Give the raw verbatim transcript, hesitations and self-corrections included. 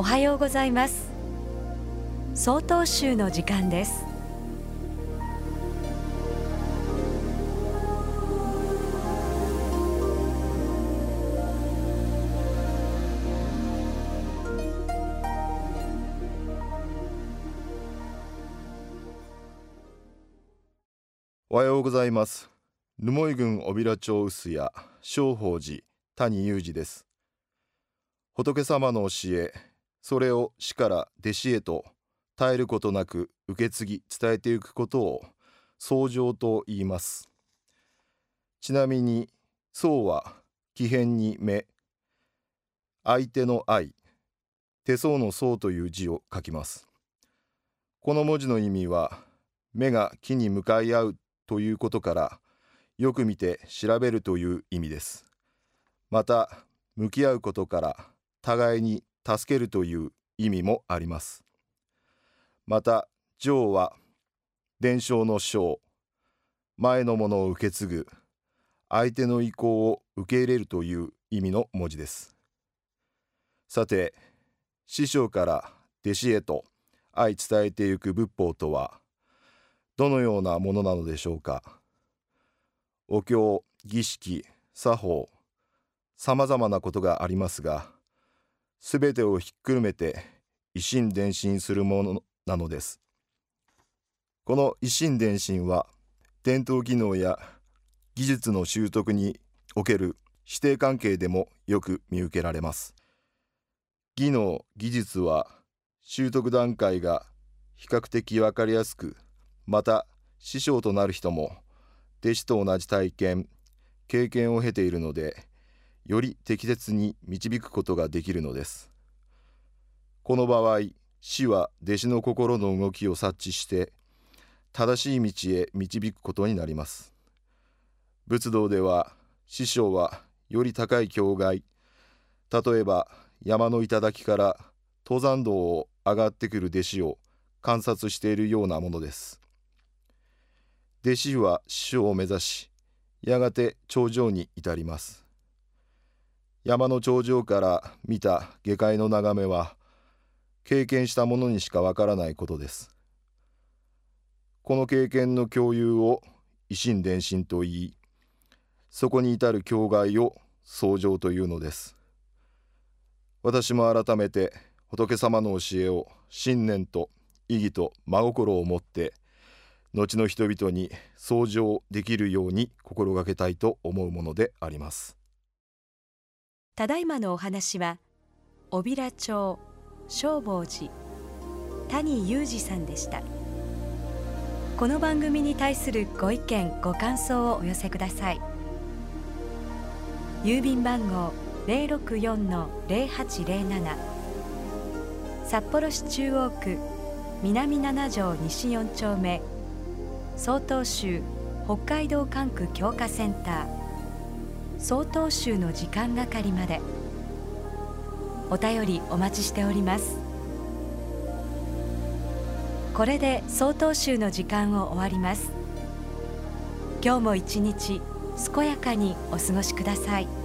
おはようございます。総統集の時間です。 おはようございます。留萌郡小平町臼谷正法寺谷裕二です。仏様の教え、それを師から弟子へと絶えることなく受け継ぎ伝えていくことを僧正と言います。ちなみに僧は木偏に目、相手の愛、手相の相という字を書きます。この文字の意味は、目が木に向かい合うということからよく見て調べるという意味です。また向き合うことから互いに助けるという意味もあります。また承は伝承の承、前のものを受け継ぐ、相手の意向を受け入れるという意味の文字です。さて、師匠から弟子へと愛伝えていく仏法とはどのようなものなのでしょうか。お経、儀式、作法、さまざまなことがありますが、すべてをひっくるめて一心伝心するものなのです。この一心伝心は伝統技能や技術の習得における師弟関係でもよく見受けられます。技能、技術は習得段階が比較的わかりやすく、また師匠となる人も弟子と同じ体験、経験を経ているので、より適切に導くことができるのです。この場合、師は弟子の心の動きを察知して正しい道へ導くことになります。仏道では師匠はより高い境外、例えば山の頂から登山道を上がってくる弟子を観察しているようなものです。弟子は師匠を目指し、やがて頂上に至ります。山の頂上から見た下界の眺めは、経験した者にしかわからないことです。この経験の共有を一心伝心と言い、そこに至る境外を僧正というのです。私も改めて仏様の教えを信念と意義と真心を持って後の人々に僧正できるように心がけたいと思うものであります。 ただいまのお話は小平町正法寺谷裕二さんでした。この番組に対するご意見ご感想をお寄せください。郵便番号 ゼロろくよんのゼロはちゼロなな、 札幌市中央区南なな条西よん丁目、曹洞宗北海道管区強化センター曹洞宗の時間係まで。お便りお待ちしております。これで曹洞宗の時間を終わります。今日も一日健やかにお過ごしください。